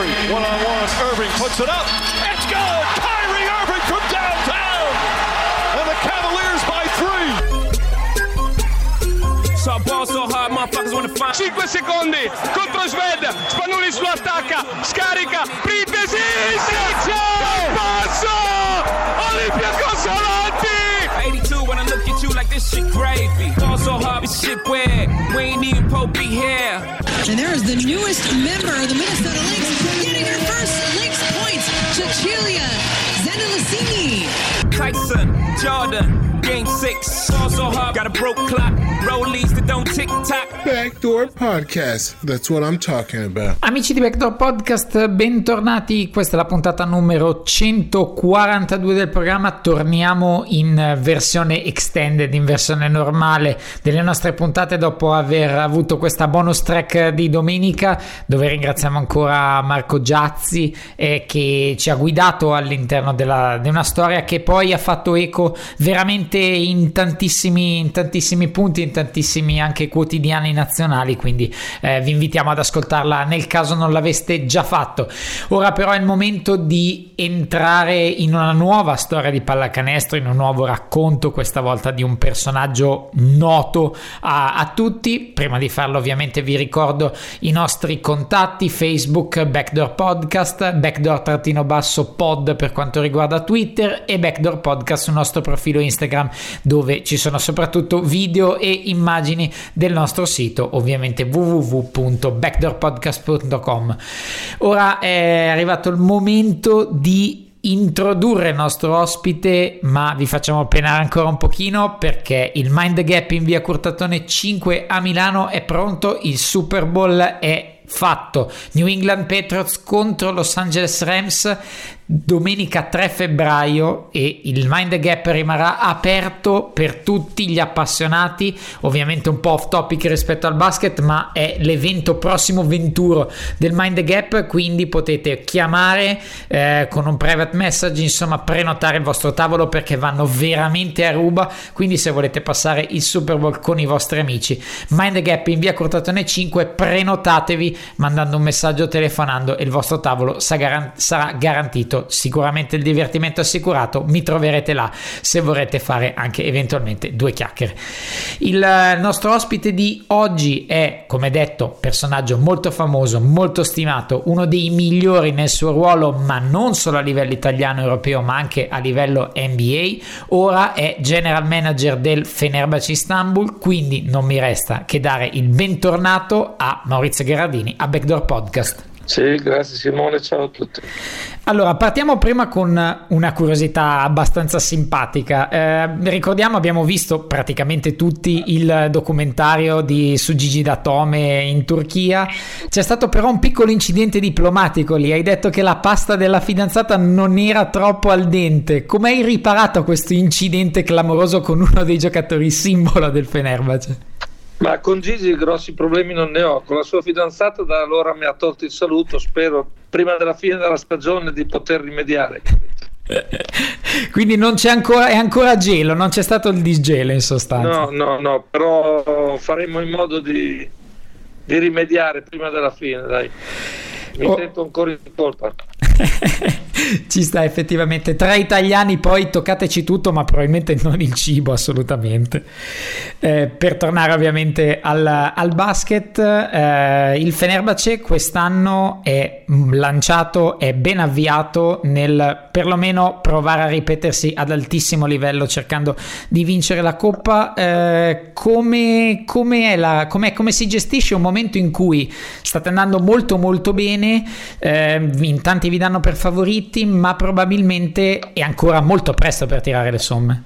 One-on-one, Irving puts it up. It's good! Kyrie Irving from downtown! And the Cavaliers by 3. So ball so hard, motherfuckers wanna find. 5 secondi contro Sved, Spanulis lo attacca, scarica, Printesi, passo, Olympiacos avanti. 82 when I look at you like this shit gravy. Ball so hard, this shit weird. We ain't even Pope be here. And there is the newest member of the Minnesota Lynx getting her first Lynx points, Cecilia Zendelicini. Tyson, Jordan, game 6. Ball so hard, got a broke clock. Rollies that don't tick-tock. Backdoor Podcast, that's what I'm talking about. Amici di Backdoor Podcast, bentornati. Questa è la puntata numero 142 del programma. Torniamo in versione extended, in versione normale delle nostre puntate dopo aver avuto questa bonus track di domenica, dove ringraziamo ancora Marco Giazzi che ci ha guidato all'interno di una storia che poi ha fatto eco veramente in tantissimi punti, in tantissimi anche quotidiani nazionali, quindi vi invitiamo ad ascoltarla nel caso non l'aveste già fatto. Ora però è il momento di entrare in una nuova storia di pallacanestro, in un nuovo racconto, questa volta di un personaggio noto a tutti. Prima di farlo ovviamente vi ricordo i nostri contatti: Facebook Backdoor Podcast, Backdoor_pod per quanto riguarda Twitter e Backdoor Podcast sul nostro profilo Instagram, dove ci sono soprattutto video e immagini del nostro sito, ovviamente www.backdoorpodcast.com. Ora è arrivato il momento di introdurre il nostro ospite, ma vi facciamo penare ancora un pochino perché il Mind the Gap in via Curtatone 5 a Milano è pronto, il Super Bowl è fatto. New England Patriots contro Los Angeles Rams domenica 3 febbraio e il Mind the Gap rimarrà aperto per tutti gli appassionati, ovviamente un po' off topic rispetto al basket, ma è l'evento prossimo venturo del Mind the Gap, quindi potete chiamare con un private message, insomma prenotare il vostro tavolo perché vanno veramente a ruba, quindi se volete passare il Super Bowl con i vostri amici, Mind the Gap in via Curtatone 5, prenotatevi mandando un messaggio o telefonando e il vostro tavolo sarà garantito. Sicuramente il divertimento assicurato, mi troverete là se vorrete fare anche eventualmente due chiacchiere. Il nostro ospite di oggi è, come detto, personaggio molto famoso, molto stimato, uno dei migliori nel suo ruolo, ma non solo a livello italiano e europeo ma anche a livello NBA. Ora è general manager del Fenerbahce Istanbul, quindi non mi resta che dare il bentornato a Maurizio Gherardini a Backdoor Podcast. Sì, grazie Simone, ciao a tutti. Allora, partiamo prima con una curiosità abbastanza simpatica. Ricordiamo, abbiamo visto praticamente tutti il documentario su Gigi Datome in Turchia. C'è stato però un piccolo incidente diplomatico lì. Hai detto che la pasta della fidanzata non era troppo al dente. Come hai riparato a questo incidente clamoroso con uno dei giocatori simbolo del Fenerbahce? Ma con Gigi grossi problemi non ne ho, con la sua fidanzata da allora mi ha tolto il saluto, spero prima della fine della stagione di poter rimediare. Quindi non c'è ancora, è ancora gelo, non c'è stato il disgelo in sostanza. No, però faremo in modo di rimediare prima della fine, dai. Mi sento ancora in colpa. Ci sta effettivamente, tra italiani poi toccateci tutto, ma probabilmente non il cibo, assolutamente. Per tornare ovviamente al basket, il Fenerbahce quest'anno è lanciato, è ben avviato nel perlomeno provare a ripetersi ad altissimo livello cercando di vincere la Coppa. Come si gestisce un momento in cui state andando molto molto bene, in tanti vi danno per favoriti, ma probabilmente è ancora molto presto per tirare le somme?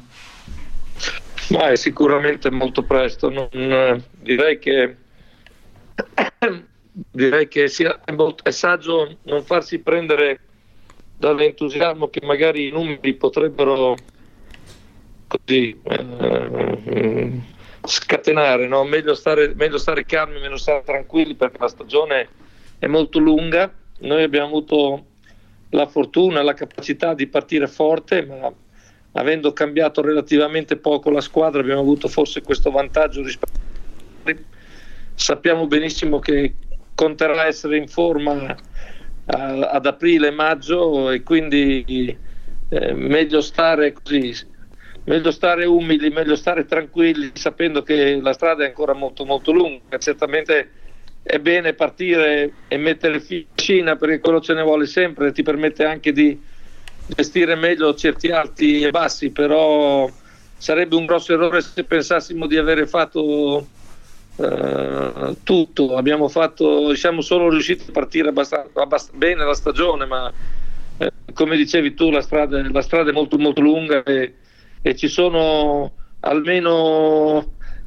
Ma è sicuramente molto presto. Direi che è saggio non farsi prendere dall'entusiasmo che magari i numeri potrebbero così scatenare, no? Meglio stare calmi, meglio stare tranquilli, perché la stagione è molto lunga. Noi abbiamo avuto la fortuna, la capacità di partire forte, ma avendo cambiato relativamente poco la squadra abbiamo avuto forse questo vantaggio rispetto a... Sappiamo benissimo che conterà essere in forma ad aprile e maggio, e quindi meglio stare così, meglio stare umili, meglio stare tranquilli, sapendo che la strada è ancora molto molto lunga. Certamente è bene partire e mettere fiscina, perché quello ce ne vuole sempre, ti permette anche di gestire meglio certi alti e bassi, però sarebbe un grosso errore se pensassimo di avere fatto tutto. Siamo solo riusciti a partire abbastanza bene la stagione, ma come dicevi tu, la strada è molto molto lunga, e ci sono almeno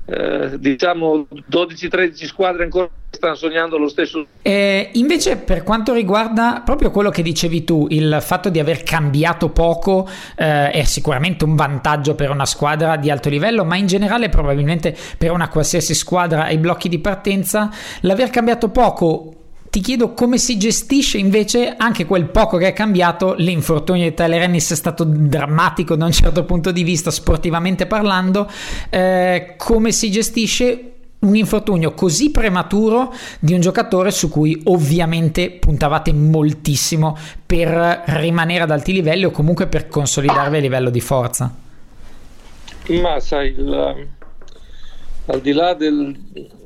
12-13 squadre ancora che stanno sognando lo stesso. Invece, per quanto riguarda proprio quello che dicevi tu, il fatto di aver cambiato poco è sicuramente un vantaggio per una squadra di alto livello, ma in generale probabilmente per una qualsiasi squadra ai blocchi di partenza. L'aver cambiato poco, ti chiedo come si gestisce invece anche quel poco che è cambiato. L'infortunio di Tyler Ennis è stato drammatico da un certo punto di vista, sportivamente parlando. Come si gestisce un infortunio così prematuro di un giocatore su cui ovviamente puntavate moltissimo per rimanere ad alti livelli, o comunque per consolidarvi a livello di forza? Ma sai, al di là del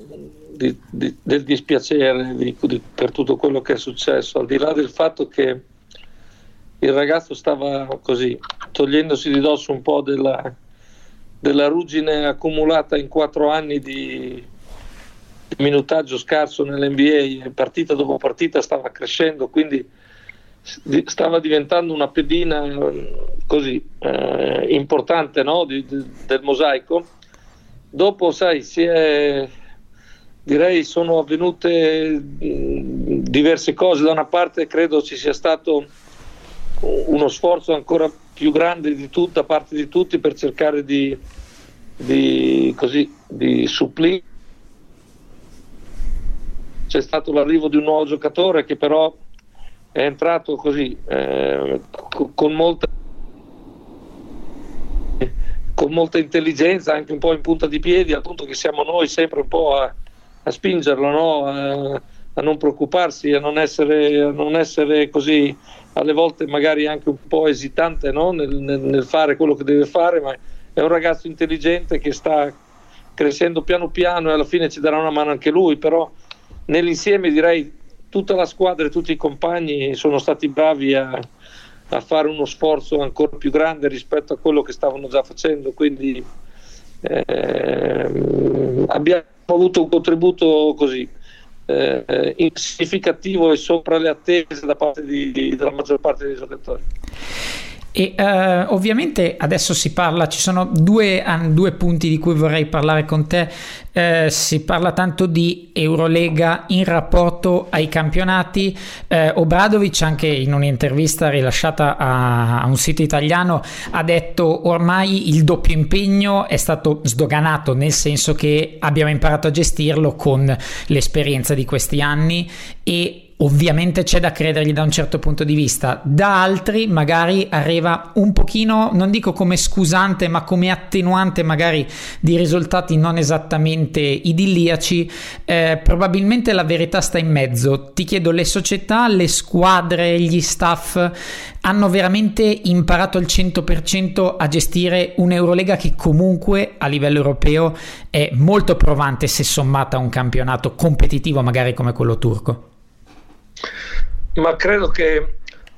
dispiacere per tutto quello che è successo, al di là del fatto che il ragazzo stava così togliendosi di dosso un po' della ruggine accumulata in 4 anni di minutaggio scarso nell'NBA, e partita dopo partita stava crescendo, quindi stava diventando una pedina così importante, no? del mosaico. Dopo, sai, sono avvenute diverse cose. Da una parte credo ci sia stato uno sforzo ancora più grande da parte di tutti per cercare di supplire. C'è stato l'arrivo di un nuovo giocatore che però è entrato così con molta intelligenza, anche un po' in punta di piedi, al punto che siamo noi sempre un po' a spingerlo, no? A non preoccuparsi, a non essere così, alle volte magari anche un po' esitante, no? nel fare quello che deve fare, ma è un ragazzo intelligente che sta crescendo piano piano, e alla fine ci darà una mano anche lui. Però nell'insieme direi tutta la squadra e tutti i compagni sono stati bravi a fare uno sforzo ancora più grande rispetto a quello che stavano già facendo, quindi abbiamo avuto un contributo così significativo e sopra le attese da parte della maggior parte dei giocatori. E ovviamente adesso si parla, ci sono due punti di cui vorrei parlare con te. Si parla tanto di Eurolega in rapporto ai campionati. Obradovic, anche in un'intervista rilasciata a un sito italiano, ha detto ormai il doppio impegno è stato sdoganato, nel senso che abbiamo imparato a gestirlo con l'esperienza di questi anni, e ovviamente c'è da credergli da un certo punto di vista. Da altri magari arriva un pochino, non dico come scusante, ma come attenuante magari di risultati non esattamente idilliaci. Probabilmente la verità sta in mezzo. Ti chiedo, le società, le squadre, gli staff hanno veramente imparato al 100% a gestire un'Eurolega che comunque a livello europeo è molto provante se sommata a un campionato competitivo magari come quello turco? Ma credo che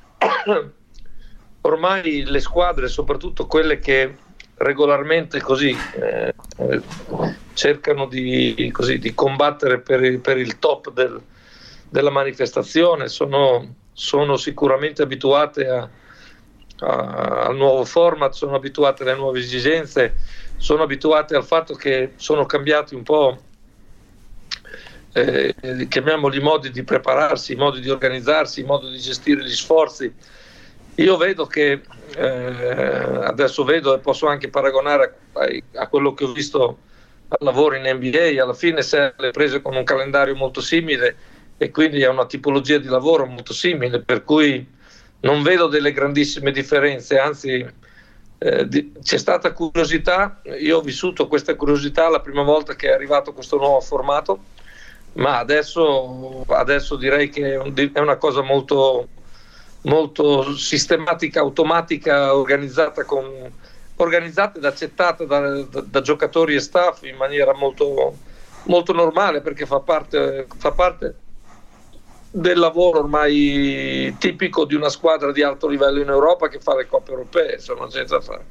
ormai le squadre, soprattutto quelle che regolarmente così cercano di combattere per il top della manifestazione, sono sicuramente abituate al nuovo format, sono abituate alle nuove esigenze, sono abituate al fatto che sono cambiati un po', chiamiamoli, i modi di prepararsi, i modi di organizzarsi, i modi di gestire gli sforzi. Io vedo che adesso vedo, e posso anche paragonare a quello che ho visto al lavoro in NBA, alla fine se le prese con un calendario molto simile, e quindi è una tipologia di lavoro molto simile, per cui non vedo delle grandissime differenze, anzi c'è stata curiosità. Io ho vissuto questa curiosità la prima volta che è arrivato questo nuovo formato, ma adesso direi che è una cosa molto, molto sistematica, automatica, organizzata ed accettata da giocatori e staff in maniera molto, molto normale, perché fa parte del lavoro ormai tipico di una squadra di alto livello in Europa che fa le coppe europee, insomma, senza fare.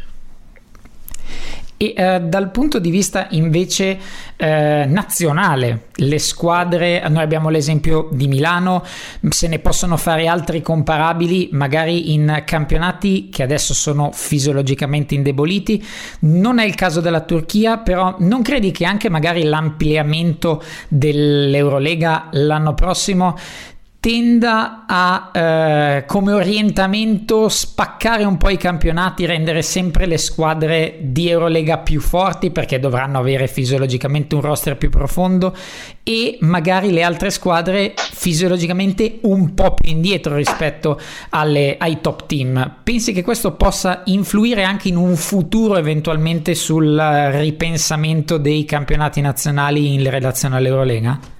E dal punto di vista invece nazionale, le squadre, noi abbiamo l'esempio di Milano, se ne possono fare altri comparabili magari in campionati che adesso sono fisiologicamente indeboliti. Non è il caso della Turchia, però non credi che anche magari l'ampliamento dell'Eurolega l'anno prossimo tenda a come orientamento spaccare un po' i campionati, rendere sempre le squadre di Eurolega più forti, perché dovranno avere fisiologicamente un roster più profondo, e magari le altre squadre fisiologicamente un po' più indietro rispetto ai top team? Pensi che questo possa influire anche in un futuro eventualmente sul ripensamento dei campionati nazionali in relazione all'Eurolega?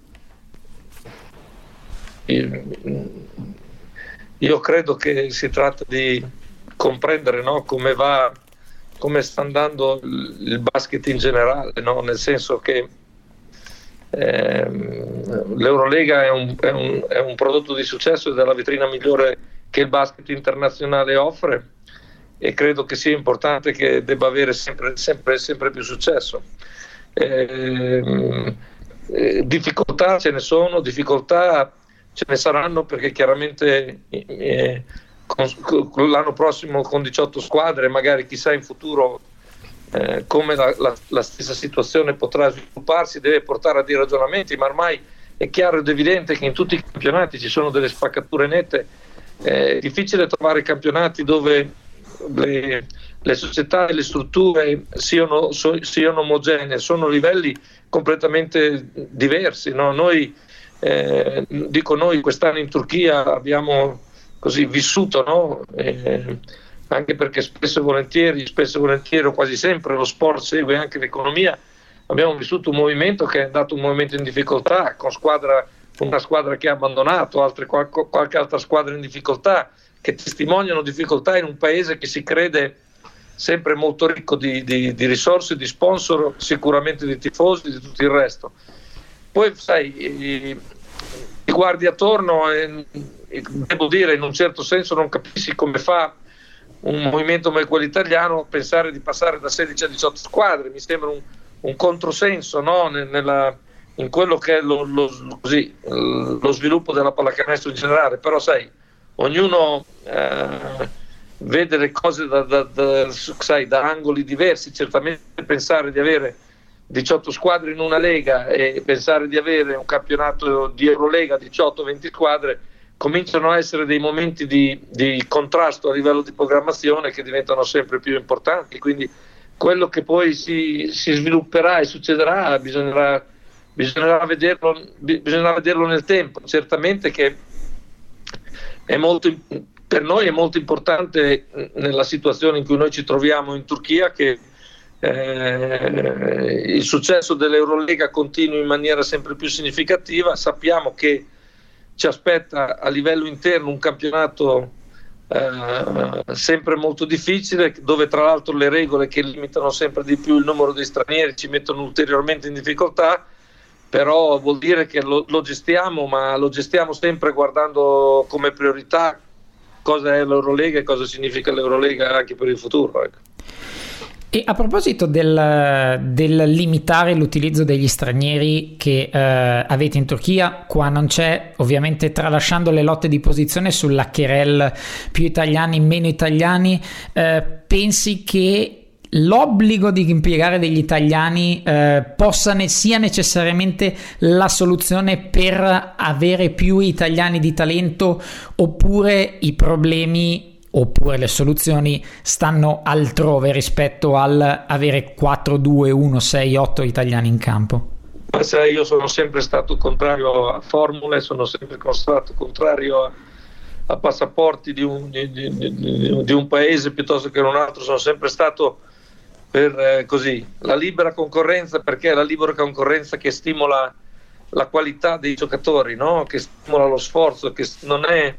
Io credo che si tratta di comprendere, no, come sta andando il basket in generale, no? Nel senso che l'Eurolega è un prodotto di successo ed è la vetrina migliore che il basket internazionale offre, e credo che sia importante che debba avere sempre più successo. Difficoltà ce ne sono, difficoltà ce ne saranno, perché chiaramente l'anno prossimo con 18 squadre, magari chissà in futuro come la stessa situazione potrà svilupparsi, deve portare a dei ragionamenti, ma ormai è chiaro ed evidente che in tutti i campionati ci sono delle spaccature nette. È difficile trovare campionati dove le società e le strutture siano omogenee, sono livelli completamente diversi, no? Noi quest'anno in Turchia abbiamo così vissuto, no? Anche perché spesso e volentieri o quasi sempre lo sport segue anche l'economia, abbiamo vissuto un movimento che è andato un movimento in difficoltà, con una squadra che ha abbandonato, qualche altra squadra in difficoltà, che testimoniano difficoltà in un paese che si crede sempre molto ricco di risorse, di sponsor, sicuramente di tifosi, di tutto il resto. Poi sai, ti guardi attorno e devo dire, in un certo senso non capisci come fa un movimento come quello italiano pensare di passare da 16 a 18 squadre. Mi sembra un controsenso, no? In quello che è lo sviluppo della pallacanestro in generale. Però sai, ognuno vede le cose da angoli diversi. Certamente pensare di avere 18 squadre in una lega e pensare di avere un campionato di Eurolega 18-20 squadre cominciano a essere dei momenti di contrasto a livello di programmazione che diventano sempre più importanti. Quindi quello che poi si svilupperà e succederà bisognerà vederlo nel tempo. Certamente che per noi è molto importante, nella situazione in cui noi ci troviamo in Turchia, che il successo dell'Eurolega continui in maniera sempre più significativa. Sappiamo che ci aspetta a livello interno un campionato sempre molto difficile, dove tra l'altro le regole che limitano sempre di più il numero di stranieri ci mettono ulteriormente in difficoltà. Però vuol dire che lo gestiamo, ma lo gestiamo sempre guardando come priorità cosa è l'Eurolega e cosa significa l'Eurolega anche per il futuro, ecco. E a proposito del limitare l'utilizzo degli stranieri che avete in Turchia, qua non c'è, ovviamente tralasciando le lotte di posizione sulla querel più italiani, meno italiani, pensi che l'obbligo di impiegare degli italiani sia necessariamente la soluzione per avere più italiani di talento, oppure i problemi oppure le soluzioni stanno altrove rispetto al avere 4, 2, 1, 6, 8 italiani in campo? Ma sai, io sono sempre stato contrario a formule, sono sempre stato contrario a passaporti di un paese piuttosto che un altro. Sono sempre stato per la libera concorrenza, perché è la libera concorrenza che stimola la qualità dei giocatori, no? Che stimola lo sforzo, che non è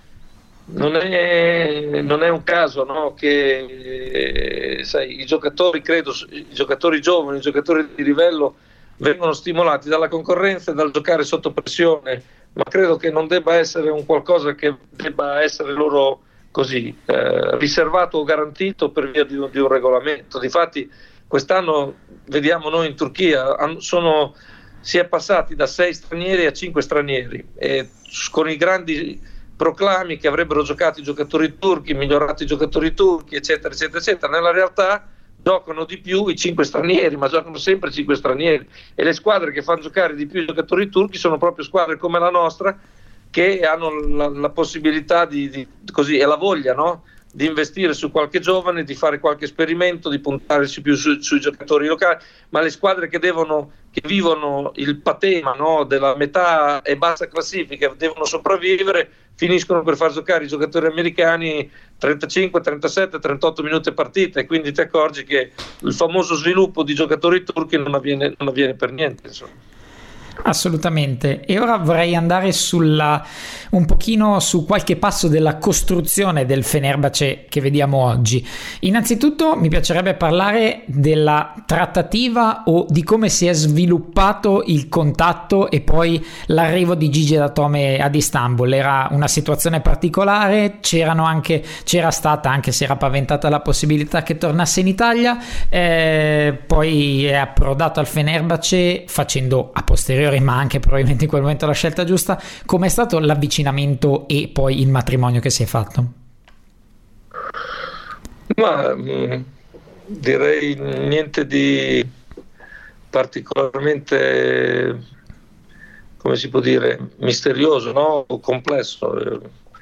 un caso, no? Che sai, i giocatori giovani, i giocatori di livello vengono stimolati dalla concorrenza e dal giocare sotto pressione, ma credo che non debba essere un qualcosa che debba essere loro così riservato o garantito per via di un regolamento. Difatti quest'anno vediamo noi in Turchia si è passati da 6 stranieri a 5 stranieri, e con i grandi proclami che avrebbero giocato i giocatori turchi, migliorati i giocatori turchi, eccetera eccetera eccetera. Nella realtà giocano di più i 5 stranieri, ma giocano sempre 5 stranieri, e le squadre che fanno giocare di più i giocatori turchi sono proprio squadre come la nostra, che hanno la possibilità di così, e la voglia, no? Di investire su qualche giovane, di fare qualche esperimento, di puntarsi più sui giocatori locali. Ma le squadre che vivono il patema, no? Della metà e bassa classifica, devono sopravvivere, finiscono per far giocare i giocatori americani 35, 37, 38 minuti a partita, e quindi ti accorgi che il famoso sviluppo di giocatori turchi non avviene per niente, insomma. Assolutamente. E ora vorrei andare un pochino su qualche passo della costruzione del Fenerbahce che vediamo oggi. Innanzitutto mi piacerebbe parlare della trattativa o di come si è sviluppato il contatto e poi l'arrivo di Gigi Datome ad Istanbul. Era una situazione particolare, c'era stata, anche se era paventata la possibilità che tornasse in Italia, poi è approdato al Fenerbahce facendo a posteriori, ma anche probabilmente in quel momento la scelta giusta. Com'è stato l'avvicinamento e poi il matrimonio che si è fatto? Ma direi niente di particolarmente, come si può dire, misterioso, no? O complesso.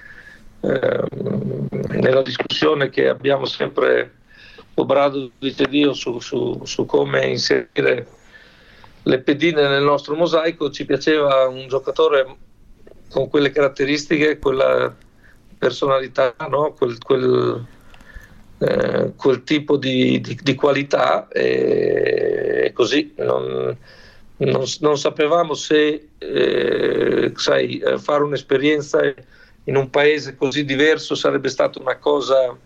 Nella discussione che abbiamo sempre Obradovic ed io su come inserire le pedine nel nostro mosaico, ci piaceva un giocatore con quelle caratteristiche, quella personalità, no? quel tipo di qualità, e così non sapevamo se fare un'esperienza in un paese così diverso sarebbe stata una cosa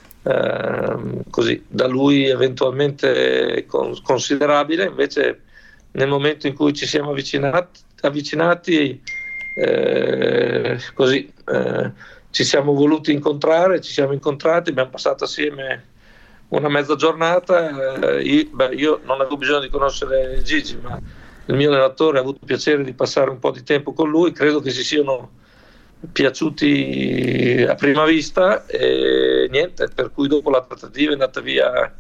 così da lui eventualmente considerabile. Invece nel momento in cui ci siamo avvicinati ci siamo voluti incontrare, ci siamo incontrati, abbiamo passato assieme una mezza giornata. Io non avevo bisogno di conoscere Gigi, ma il mio allenatore ha avuto il piacere di passare un po' di tempo con lui. Credo che si siano piaciuti a prima vista, e niente, per cui dopo la trattativa è andata via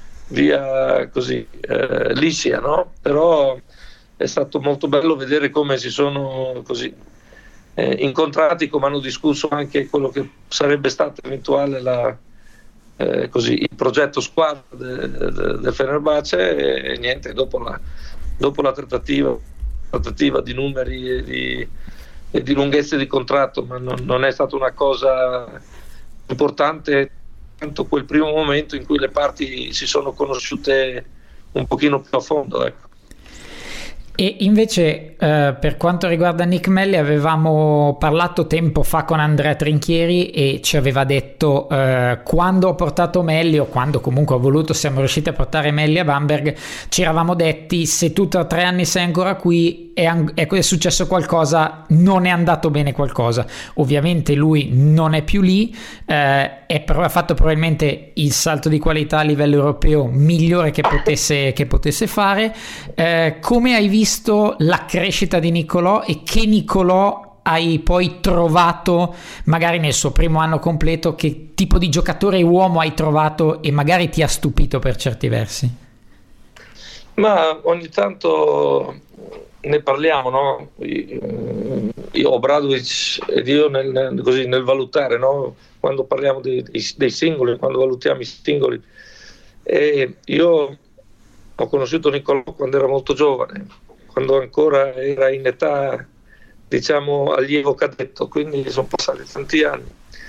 così liscia, no? Però è stato molto bello vedere come si sono così incontrati, come hanno discusso anche quello che sarebbe stato eventuale il progetto squadra del Fenerbahce, e niente, dopo la trattativa di numeri e di lunghezze di contratto, ma non è stata una cosa importante tanto quel primo momento in cui le parti si sono conosciute un pochino più a fondo, ecco. E invece per quanto riguarda Nick Melli, avevamo parlato tempo fa con Andrea Trinchieri e ci aveva detto quando ho portato Melli, o quando comunque siamo riusciti a portare Melli a Bamberg, ci eravamo detti: se tu tra 3 anni sei ancora qui è successo qualcosa, non è andato bene qualcosa. Ovviamente lui non è più lì, ha fatto probabilmente il salto di qualità a livello europeo migliore che potesse fare. Come hai visto la crescita di Nicolò, e che Nicolò hai poi trovato magari nel suo primo anno completo? Che tipo di giocatore uomo hai trovato e magari ti ha stupito per certi versi? Ma ogni tanto ne parliamo, no? Io, Obradovic ed io nel valutare, no? Quando parliamo dei singoli, quando valutiamo i singoli. E io ho conosciuto Nicolò quando era molto giovane, quando ancora era in età, diciamo, allievo cadetto, quindi sono passati tanti anni.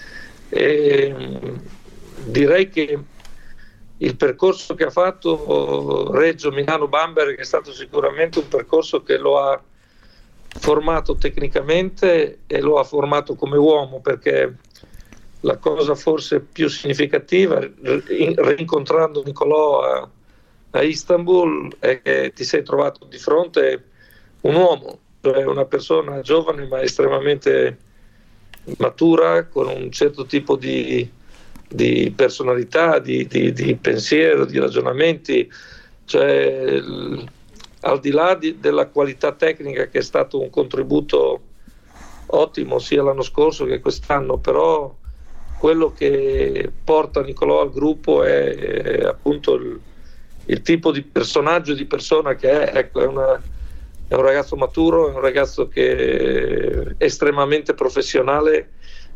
E direi che il percorso che ha fatto Reggio, Milano, Bamberg è stato sicuramente un percorso che lo ha formato tecnicamente e lo ha formato come uomo, perché la cosa forse più significativa, rincontrando Nicolò a Istanbul, è che ti sei trovato di fronte un uomo, cioè una persona giovane ma estremamente matura, con un certo tipo di personalità, di pensiero, di ragionamenti, cioè al di là della qualità tecnica, che è stato un contributo ottimo sia l'anno scorso che quest'anno, però quello che porta Nicolò al gruppo è appunto il tipo di personaggio e di persona che è. Ecco, è un ragazzo maturo, è un ragazzo che è estremamente professionale.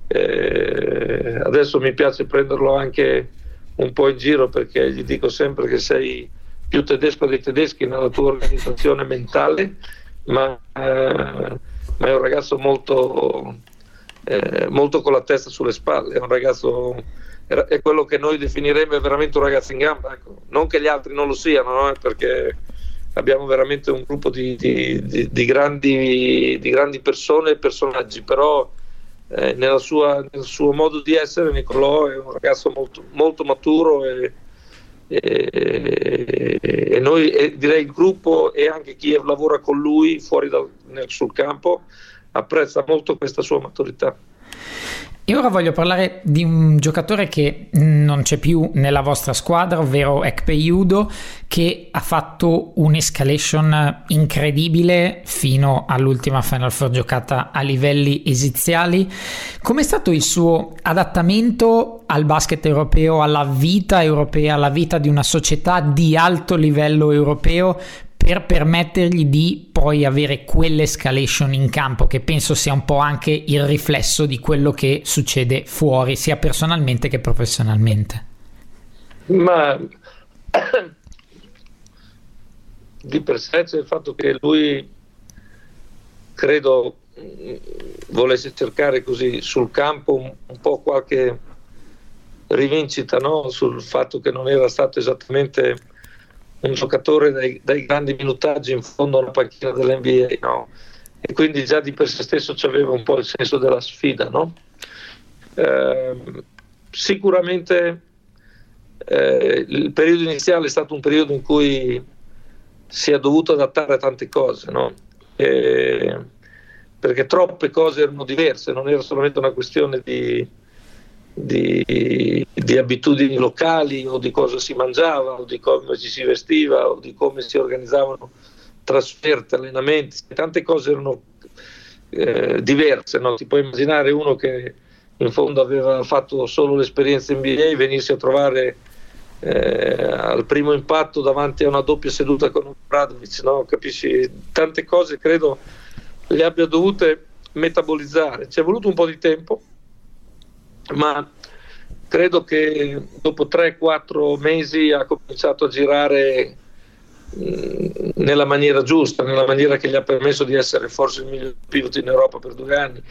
Adesso mi piace prenderlo anche un po' in giro, perché gli dico sempre che sei più tedesco dei tedeschi nella tua organizzazione mentale, ma è un ragazzo molto con la testa sulle spalle, è un ragazzo, è quello che noi definiremmo veramente un ragazzo in gamba, ecco. Non che gli altri non lo siano, no? Perché abbiamo veramente un gruppo di grandi persone e personaggi, però nel suo modo di essere Nicolò è un ragazzo molto, molto maturo e noi, direi il gruppo e anche chi lavora con lui fuori sul campo apprezza molto questa sua maturità. E ora voglio parlare di un giocatore che non c'è più nella vostra squadra, ovvero Ekpe Udoh, che ha fatto un'escalation incredibile fino all'ultima Final Four giocata a livelli esiziali. Com'è stato il suo adattamento al basket europeo, alla vita europea, alla vita di una società di alto livello europeo, per permettergli di poi avere quell'escalation in campo, che penso sia un po' anche il riflesso di quello che succede fuori, sia personalmente che professionalmente? Ma di per sé c'è il fatto che lui, credo, volesse cercare così sul campo un po' qualche rivincita, no? Sul fatto che non era stato esattamente un giocatore dai grandi minutaggi in fondo alla panchina dell'NBA, no? E quindi già di per sé stesso c'aveva un po' il senso della sfida, no? Sicuramente il periodo iniziale è stato un periodo in cui si è dovuto adattare a tante cose, no? Perché troppe cose erano diverse, non era solamente una questione di abitudini locali o di cosa si mangiava o di come ci si vestiva o di come si organizzavano trasferte, allenamenti, tante cose erano diverse, no? Ti puoi immaginare uno che in fondo aveva fatto solo l'esperienza NBA venirsi a trovare al primo impatto davanti a una doppia seduta con Obradovic, no? Capisci? Tante cose credo le abbia dovute metabolizzare, ci è voluto un po' di tempo, ma credo che dopo 3-4 mesi ha cominciato a girare nella maniera giusta, nella maniera che gli ha permesso di essere forse il miglior pivot in Europa per 2 anni.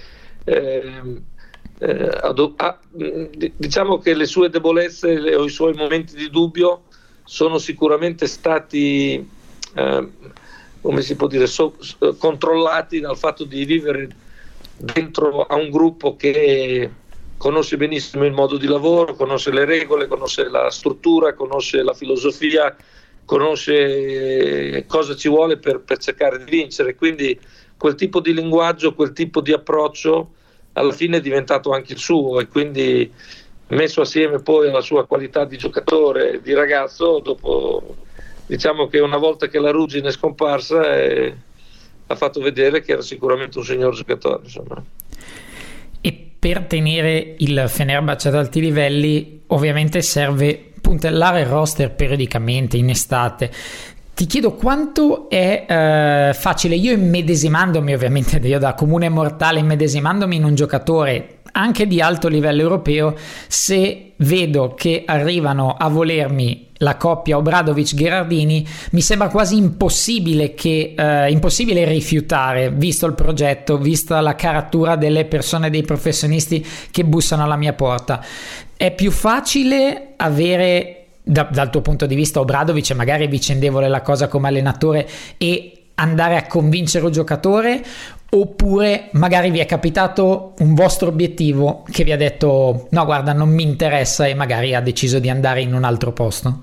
Diciamo che le sue debolezze o i suoi momenti di dubbio sono sicuramente stati come si può dire, controllati dal fatto di vivere dentro a un gruppo che conosce benissimo il modo di lavoro, conosce le regole, conosce la struttura, conosce la filosofia, conosce cosa ci vuole per cercare di vincere, quindi quel tipo di linguaggio, quel tipo di approccio alla fine è diventato anche il suo, e quindi messo assieme poi alla sua qualità di giocatore, di ragazzo, dopo diciamo che una volta che la ruggine è scomparsa ha fatto vedere che era sicuramente un signor giocatore, insomma. E per tenere il Fenerbahce ad alti livelli ovviamente serve puntellare il roster periodicamente in estate. Ti chiedo quanto è facile, io immedesimandomi, ovviamente io da comune mortale immedesimandomi in un giocatore anche di alto livello europeo, se vedo che arrivano a volermi la coppia Obradovic-Gherardini, mi sembra quasi impossibile rifiutare, visto il progetto, vista la caratura delle persone, dei professionisti che bussano alla mia porta. È più facile avere dal tuo punto di vista Obradovic, magari è vicendevole la cosa come allenatore, e andare a convincere un giocatore, oppure magari vi è capitato un vostro obiettivo che vi ha detto no guarda non mi interessa e magari ha deciso di andare in un altro posto?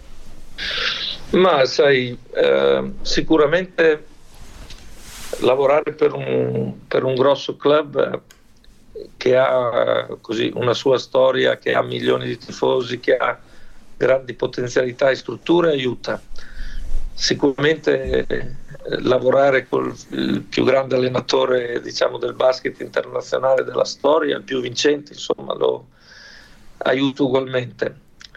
Ma sai, sicuramente lavorare per un grosso club che ha così una sua storia, che ha milioni di tifosi, che ha grandi potenzialità e strutture aiuta. Sicuramente lavorare con il più grande allenatore, diciamo, del basket internazionale della storia, il più vincente, insomma, lo aiuta ugualmente.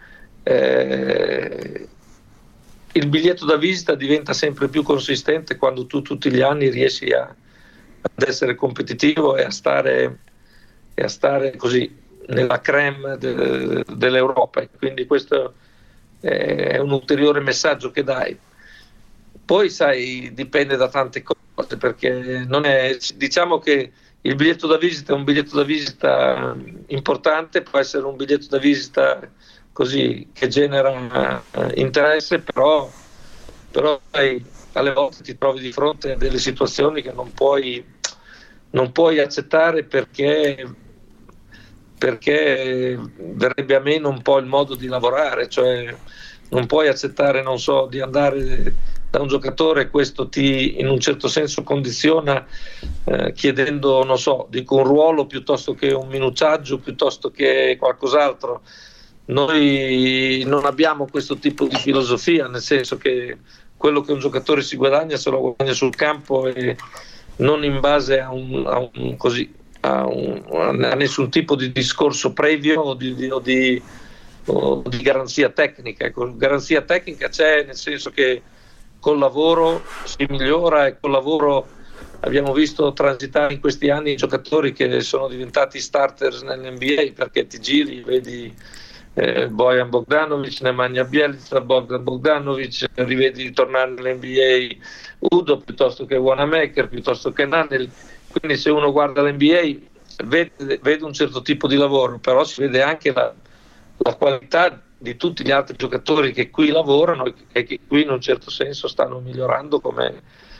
Il biglietto da visita diventa sempre più consistente quando tu tutti gli anni riesci ad essere competitivo e a stare così nella crème dell'Europa, quindi questo è un ulteriore messaggio che dai. Poi sai, dipende da tante cose, perché non è, diciamo che il biglietto da visita è un biglietto da visita importante, può essere un biglietto da visita così che genera interesse, però sai, alle volte ti trovi di fronte a delle situazioni che non puoi accettare perché verrebbe a meno un po' il modo di lavorare, cioè non puoi accettare, non so, di andare da un giocatore, questo ti in un certo senso condiziona, chiedendo, non so, dico un ruolo piuttosto che un minucciaggio, piuttosto che qualcos'altro. Noi non abbiamo questo tipo di filosofia, nel senso che quello che un giocatore si guadagna se lo guadagna sul campo e non in base a nessun tipo di discorso previo o di garanzia tecnica. Ecco, garanzia tecnica c'è, nel senso che col lavoro si migliora e col lavoro abbiamo visto transitare in questi anni giocatori che sono diventati starters nell'NBA, perché ti giri, vedi Bojan Bogdanovic, Nemanja Bjelica, Bogdan Bogdanovic, rivedi tornare nell'NBA Udo piuttosto che Wanamaker, piuttosto che Nannel. Quindi se uno guarda l'NBA vede un certo tipo di lavoro, però si vede anche la qualità di tutti gli altri giocatori che qui lavorano e che qui in un certo senso stanno migliorando come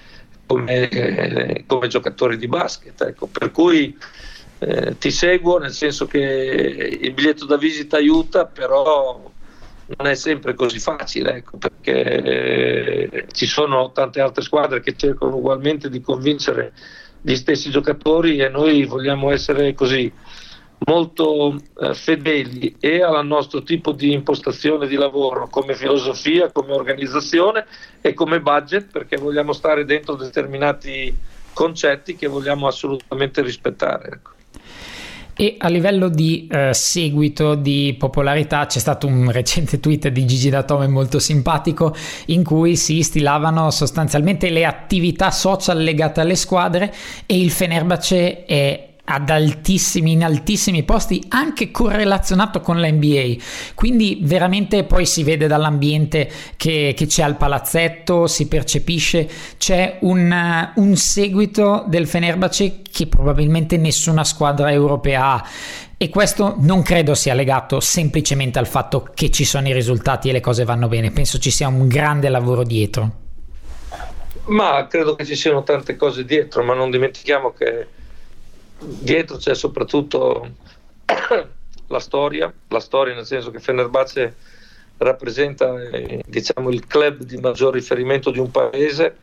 giocatori di basket. Ecco, per cui ti seguo, nel senso che il biglietto da visita aiuta, però non è sempre così facile, ecco, perché ci sono tante altre squadre che cercano ugualmente di convincere gli stessi giocatori e noi vogliamo essere così molto fedeli e al nostro tipo di impostazione di lavoro, come filosofia, come organizzazione e come budget, perché vogliamo stare dentro determinati concetti che vogliamo assolutamente rispettare, ecco. E a livello di seguito, di popolarità, c'è stato un recente tweet di Gigi Datome molto simpatico in cui si stilavano sostanzialmente le attività social legate alle squadre, e il Fenerbahce è in altissimi posti, anche correlazionato con la NBA, quindi veramente poi si vede dall'ambiente che c'è al palazzetto, si percepisce, c'è un seguito del Fenerbahce che probabilmente nessuna squadra europea ha, e questo non credo sia legato semplicemente al fatto che ci sono i risultati e le cose vanno bene, penso ci sia un grande lavoro dietro. Ma credo che ci siano tante cose dietro, ma non dimentichiamo che dietro c'è soprattutto la storia nel senso che Fenerbahce rappresenta diciamo il club di maggior riferimento di un paese,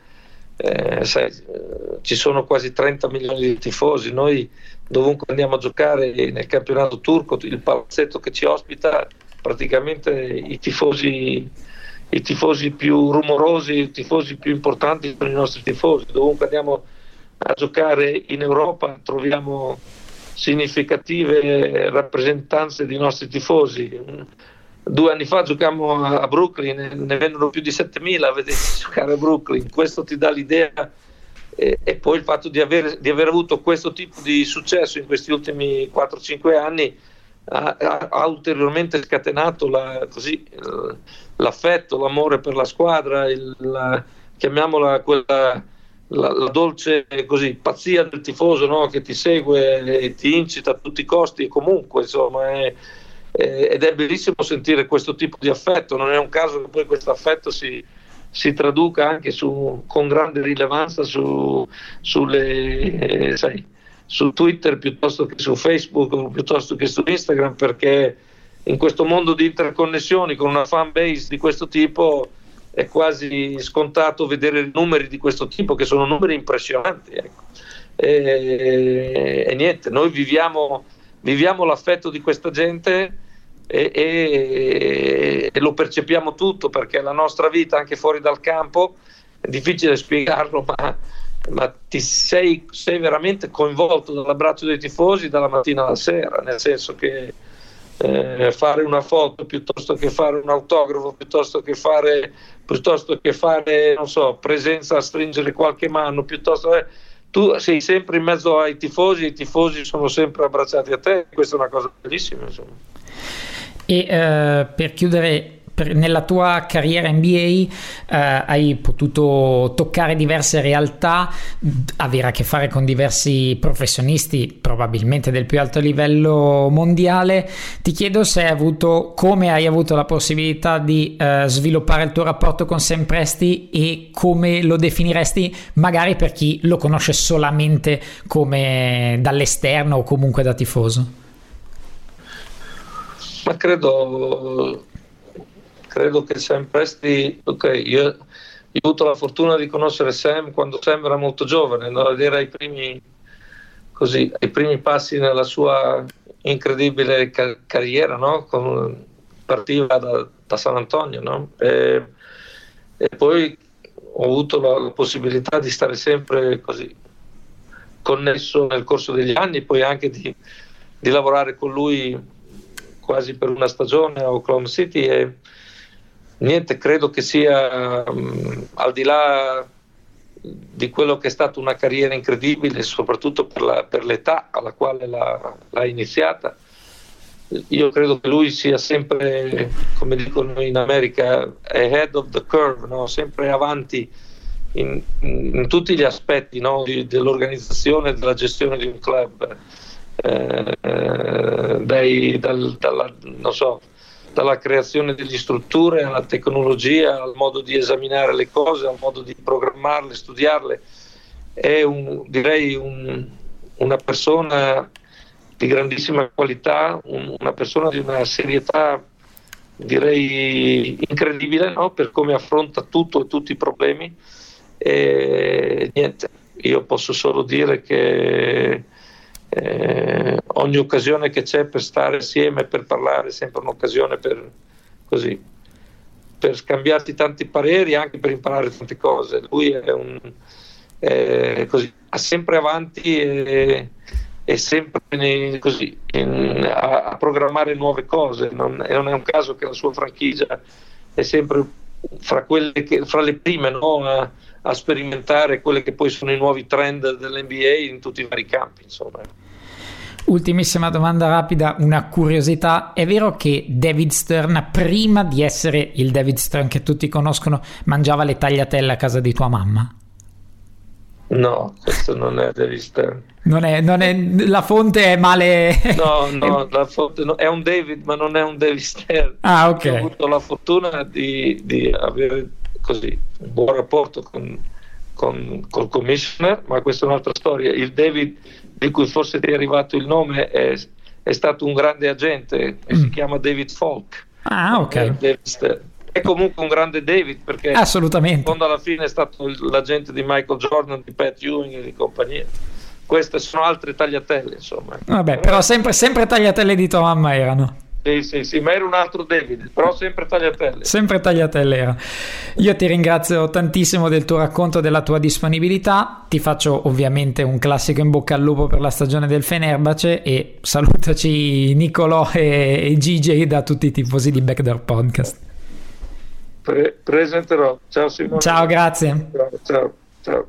ci sono quasi 30 milioni di tifosi, noi dovunque andiamo a giocare nel campionato turco, il palazzetto che ci ospita, praticamente i tifosi più rumorosi, i tifosi più importanti sono i nostri tifosi, dovunque andiamo a giocare in Europa troviamo significative rappresentanze dei nostri tifosi. 2 anni fa giocammo a Brooklyn, ne vennero più di 7.000 a vedere giocare a Brooklyn, questo ti dà l'idea, e poi il fatto di aver avuto questo tipo di successo in questi ultimi 4-5 anni ha ulteriormente scatenato l'affetto, l'amore per la squadra, chiamiamola quella la dolce così pazzia del tifoso, no? Che ti segue e ti incita a tutti i costi e comunque, insomma, ed è bellissimo sentire questo tipo di affetto. Non è un caso che poi questo affetto si si traduca anche con grande rilevanza su Twitter piuttosto che su Facebook o piuttosto che su Instagram, perché in questo mondo di interconnessioni con una fan base di questo tipo è quasi scontato vedere numeri di questo tipo, che sono numeri impressionanti, ecco. E niente, noi viviamo l'affetto di questa gente e lo percepiamo tutto, perché la nostra vita anche fuori dal campo è difficile spiegarlo, ma ti sei veramente coinvolto dall'abbraccio dei tifosi dalla mattina alla sera, nel senso che fare una foto piuttosto che fare un autografo, piuttosto che fare non so, presenza a stringere qualche mano, piuttosto tu sei sempre in mezzo ai tifosi, i tifosi sono sempre abbracciati a te, questa è una cosa bellissima, insomma. E per chiudere, nella tua carriera NBA hai potuto toccare diverse realtà, avere a che fare con diversi professionisti, probabilmente del più alto livello mondiale. Ti chiedo come hai avuto la possibilità di sviluppare il tuo rapporto con Sam Presti e come lo definiresti magari per chi lo conosce solamente come dall'esterno o comunque da tifoso. Ma credo che Sam Presti, io ho avuto la fortuna di conoscere Sam quando Sam era molto giovane, no? Ed era ai primi passi nella sua incredibile carriera, no? Partiva da San Antonio, no? E poi ho avuto la possibilità di stare sempre così connesso nel corso degli anni, poi anche di lavorare con lui quasi per una stagione a Oklahoma City, e niente, credo che sia al di là di quello che è stata una carriera incredibile, soprattutto per l'età alla quale l'ha iniziata. Io credo che lui sia sempre, come dicono in America, ahead of the curve, no? Sempre avanti in tutti gli aspetti, no? Dell'organizzazione e della gestione di un club, dalla creazione degli strutture alla tecnologia, al modo di esaminare le cose, al modo di programmarle, studiarle. È una persona di grandissima qualità, una persona di una serietà direi incredibile, no? Per come affronta tutto e tutti i problemi. E niente, io posso solo dire che ogni occasione che c'è per stare assieme, per parlare, è sempre un'occasione per scambiarti tanti pareri, anche per imparare tante cose. Lui è così, ha sempre avanti e sempre a programmare nuove cose. Non è un caso che la sua franchigia è sempre fra le prime, no? A sperimentare quelle che poi sono i nuovi trend dell'NBA in tutti i vari campi, insomma. Ultimissima domanda rapida, una curiosità: è vero che David Stern, prima di essere il David Stern che tutti conoscono, mangiava le tagliatelle a casa di tua mamma? No, questo non è David Stern. Non è, la fonte è male. No, la fonte è un David, ma non è un David Stern. Ah, ok. Ho avuto la fortuna di avere così un buon rapporto col commissioner, ma questa è un'altra storia. Il David di cui forse ti è arrivato il nome è stato un grande agente e si chiama David Falk. Ah, ok. È comunque un grande David, perché assolutamente, quando alla fine è stato l'agente di Michael Jordan, di Pat Ewing e di compagnia. Queste sono altre tagliatelle, insomma. Vabbè, però sempre tagliatelle di tua mamma erano. Sì, ma era un altro David, però sempre tagliatelle. Sempre tagliatelle era. Io ti ringrazio tantissimo del tuo racconto, della tua disponibilità. Ti faccio ovviamente un classico in bocca al lupo per la stagione del Fenerbahce e salutaci Nicolò e Gigi da tutti i tifosi di Backdoor Podcast. Presenterò. Ciao Simone. Ciao, grazie. Ciao.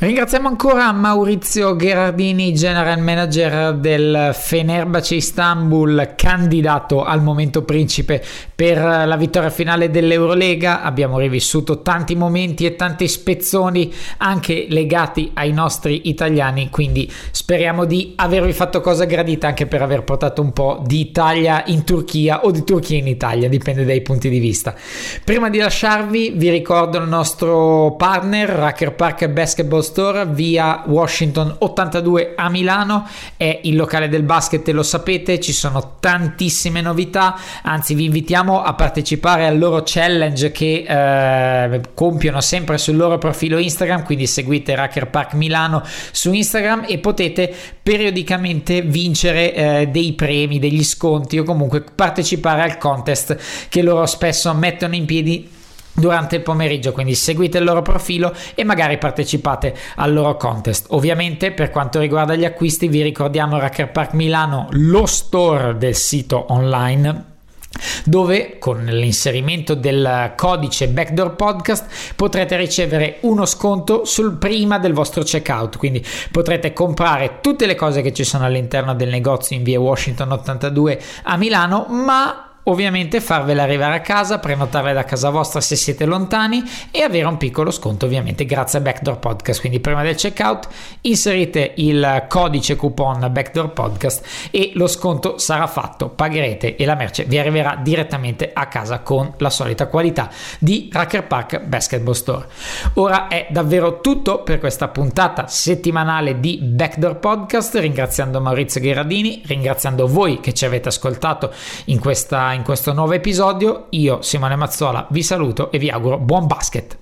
Ringraziamo ancora Maurizio Gherardini, General Manager del Fenerbahce Istanbul, candidato al momento principe per la vittoria finale dell'Eurolega. Abbiamo rivissuto tanti momenti e tanti spezzoni anche legati ai nostri italiani, quindi speriamo di avervi fatto cosa gradita anche per aver portato un po' di Italia in Turchia o di Turchia in Italia, dipende dai punti di vista. Prima di lasciarvi vi ricordo il nostro partner Rucker Park Basketball Store, via Washington 82 a Milano, è il locale del basket e lo sapete, ci sono tantissime novità, anzi vi invitiamo a partecipare al loro challenge che compiono sempre sul loro profilo Instagram, quindi seguite Rucker Park Milano su Instagram e potete periodicamente vincere dei premi, degli sconti o comunque partecipare al contest che loro spesso mettono in piedi durante il pomeriggio, quindi seguite il loro profilo e magari partecipate al loro contest. Ovviamente per quanto riguarda gli acquisti vi ricordiamo Rucker Park Milano, lo store del sito online, dove con l'inserimento del codice Backdoor Podcast potrete ricevere uno sconto sul prima del vostro checkout, quindi potrete comprare tutte le cose che ci sono all'interno del negozio in via Washington 82 a Milano, ma ovviamente farvela arrivare a casa, prenotarle da casa vostra se siete lontani e avere un piccolo sconto ovviamente grazie a Backdoor Podcast. Quindi prima del checkout inserite il codice coupon Backdoor Podcast e lo sconto sarà fatto, pagherete e la merce vi arriverà direttamente a casa con la solita qualità di Rucker Park Basketball Store. Ora è davvero tutto per questa puntata settimanale di Backdoor Podcast, ringraziando Maurizio Gherardini, ringraziando voi che ci avete ascoltato in questo nuovo episodio. Io, Simone Mazzola, vi saluto e vi auguro buon basket.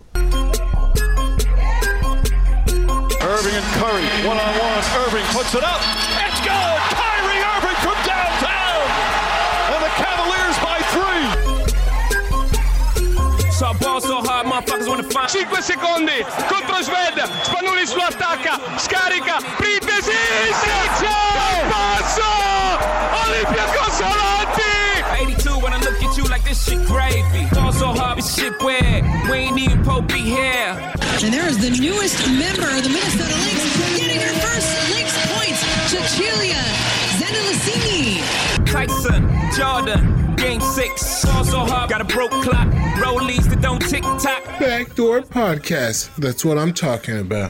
Irving and Curry, one-on-one. Irving puts it up. It's good! Kyrie Irving from downtown! And the Cavaliers by 3. So I ball so hard, motherfuckers wanna find 5 secondi contro Sved, Spanulis lo attacca, scarica, Printesi, Sergio, passo, Olympiacos avanti! 82 when I look at you like this shit gravy. Ball so hard, this shit weird. We ain't even Pope be here. And there is the newest member of the Minnesota Lynx getting her first Lynx points, Cecilia Zendelicini. Tyson, Jordan, game 6. Ball so hard, got a broke clock. Rollies that don't tick tock. Backdoor Podcast. That's what I'm talking about.